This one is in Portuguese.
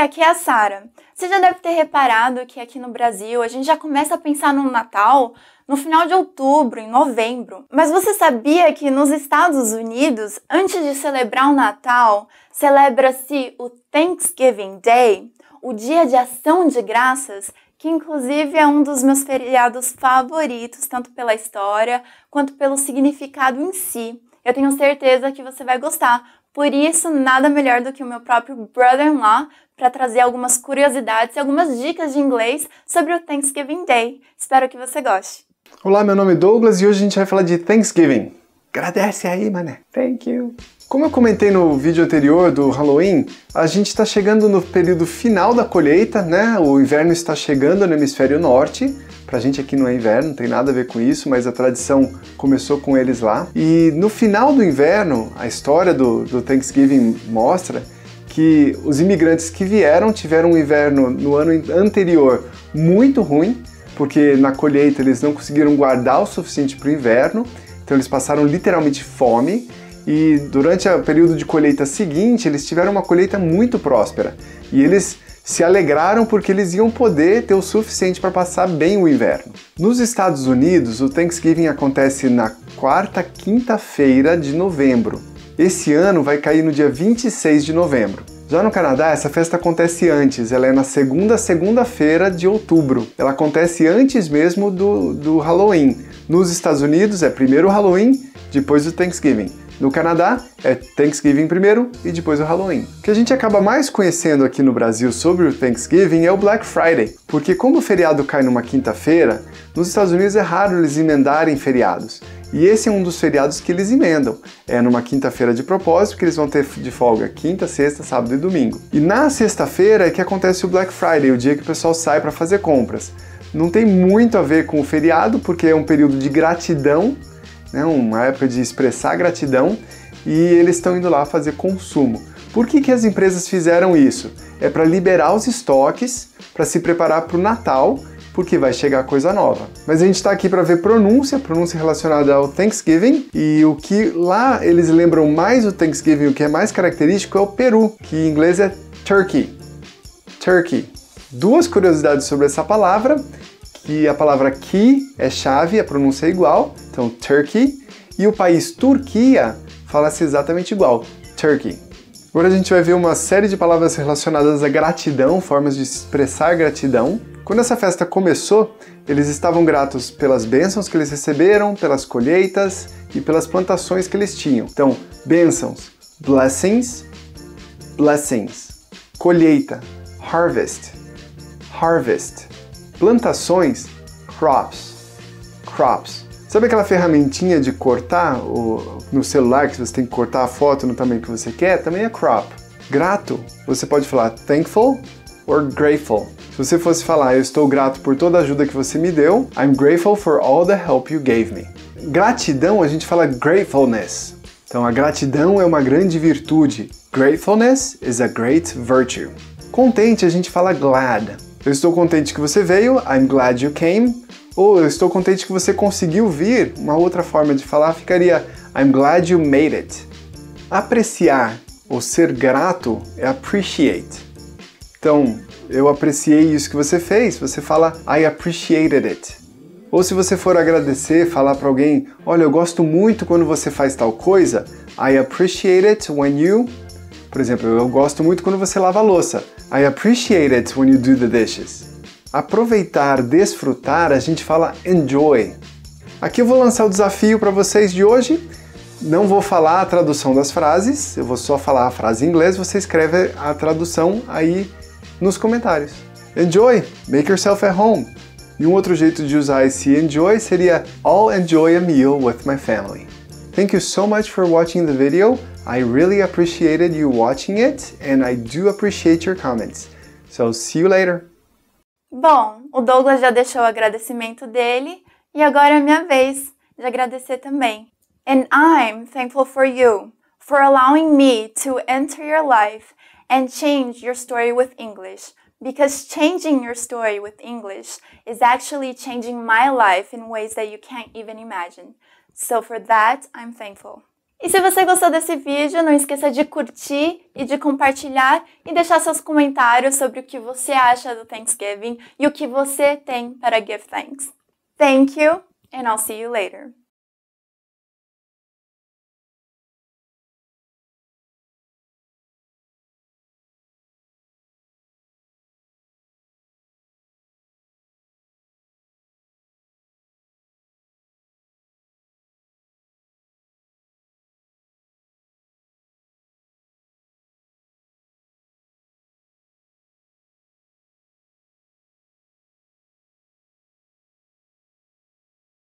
aqui é a Sara. Você já deve ter reparado que aqui no Brasil a gente já começa a pensar no Natal no final de outubro, em novembro. Mas você sabia que nos Estados Unidos, antes de celebrar o Natal, celebra-se o Thanksgiving Day, o Dia de Ação de Graças, que inclusive é um dos meus feriados favoritos, tanto pela história quanto pelo significado em si. Eu tenho certeza que você vai gostar. Por isso, nada melhor do que o meu próprio brother-in-law para trazer algumas curiosidades e algumas dicas de inglês sobre o Thanksgiving Day. Espero que você goste. Olá, meu nome é Douglas e hoje a gente vai falar de Thanksgiving. Agradece aí, mané. Thank you. Como eu comentei no vídeo anterior do Halloween, a gente está chegando no período final da colheita, né? O inverno está chegando no hemisfério norte. Pra gente aqui não é inverno, não tem nada a ver com isso, mas a tradição começou com eles lá. E no final do inverno, a história do Thanksgiving mostra que os imigrantes que vieram tiveram um inverno no ano anterior muito ruim, porque na colheita eles não conseguiram guardar o suficiente para o inverno, então eles passaram literalmente fome. E durante o período de colheita seguinte, eles tiveram uma colheita muito próspera. E eles se alegraram porque eles iam poder ter o suficiente para passar bem o inverno. Nos Estados Unidos, o Thanksgiving acontece na quarta quinta-feira de novembro. Esse ano vai cair no dia 26 de novembro. Já no Canadá, essa festa acontece antes, ela é na segunda-feira de outubro. Ela acontece antes mesmo do Halloween. Nos Estados Unidos é primeiro o Halloween, depois o Thanksgiving. No Canadá, é Thanksgiving primeiro e depois o Halloween. O que a gente acaba mais conhecendo aqui no Brasil sobre o Thanksgiving é o Black Friday, porque como o feriado cai numa quinta-feira, nos Estados Unidos é raro eles emendarem feriados. E esse é um dos feriados que eles emendam. É numa quinta-feira de propósito, que eles vão ter de folga quinta, sexta, sábado e domingo. E na sexta-feira é que acontece o Black Friday, o dia que o pessoal sai para fazer compras. Não tem muito a ver com o feriado, porque é um período de gratidão, né, uma época de expressar gratidão, e eles estão indo lá fazer consumo. Por que as empresas fizeram isso? É para liberar os estoques, para se preparar para o Natal, porque vai chegar coisa nova. Mas a gente está aqui para ver pronúncia relacionada ao Thanksgiving, e o que lá eles lembram mais do Thanksgiving, o que é mais característico é o peru, que em inglês é turkey. Turkey. Duas curiosidades sobre essa palavra, que a palavra que é chave, a pronúncia é igual, então turkey, e o país Turquia fala-se exatamente igual, turkey. Agora a gente vai ver uma série de palavras relacionadas à gratidão, formas de expressar gratidão. Quando essa festa começou, eles estavam gratos pelas bênçãos que eles receberam, pelas colheitas e pelas plantações que eles tinham. Então, bênçãos, blessings, blessings. Colheita, harvest, harvest. Plantações, crops, crops. Sabe aquela ferramentinha de cortar no celular, que você tem que cortar a foto no tamanho que você quer? Também é crop. Grato, você pode falar thankful or grateful. Se você fosse falar, eu estou grato por toda a ajuda que você me deu, I'm grateful for all the help you gave me. Gratidão, a gente fala gratefulness. Então, a gratidão é uma grande virtude. Gratefulness is a great virtue. Contente, a gente fala glad. Eu estou contente que você veio, I'm glad you came. Ou eu estou contente que você conseguiu vir. Uma outra forma de falar ficaria I'm glad you made it. Apreciar ou ser grato é appreciate. Então, eu apreciei isso que você fez, você fala I appreciated it. Ou se você for agradecer, falar para alguém, olha, eu gosto muito quando você faz tal coisa, I appreciate it when you... Por exemplo, eu gosto muito quando você lava a louça. I appreciate it when you do the dishes. Aproveitar, desfrutar, a gente fala enjoy. Aqui eu vou lançar o desafio para vocês de hoje. Não vou falar a tradução das frases, eu vou só falar a frase em inglês, você escreve a tradução aí nos comentários. Enjoy, make yourself at home. E um outro jeito de usar esse enjoy seria I'll enjoy a meal with my family. Thank you so much for watching the video. I really appreciated you watching it and I do appreciate your comments. So see you later. Bom, o Douglas já deixou o agradecimento dele e agora é minha vez de agradecer também. And I'm thankful for you, for allowing me to enter your life and change your story with English, because changing your story with English is actually changing my life in ways that you can't even imagine. So for that, I'm thankful. E se você gostou desse vídeo, não esqueça de curtir e de compartilhar e deixar seus comentários sobre o que você acha do Thanksgiving e o que você tem para give thanks. Thank you, and I'll see you later.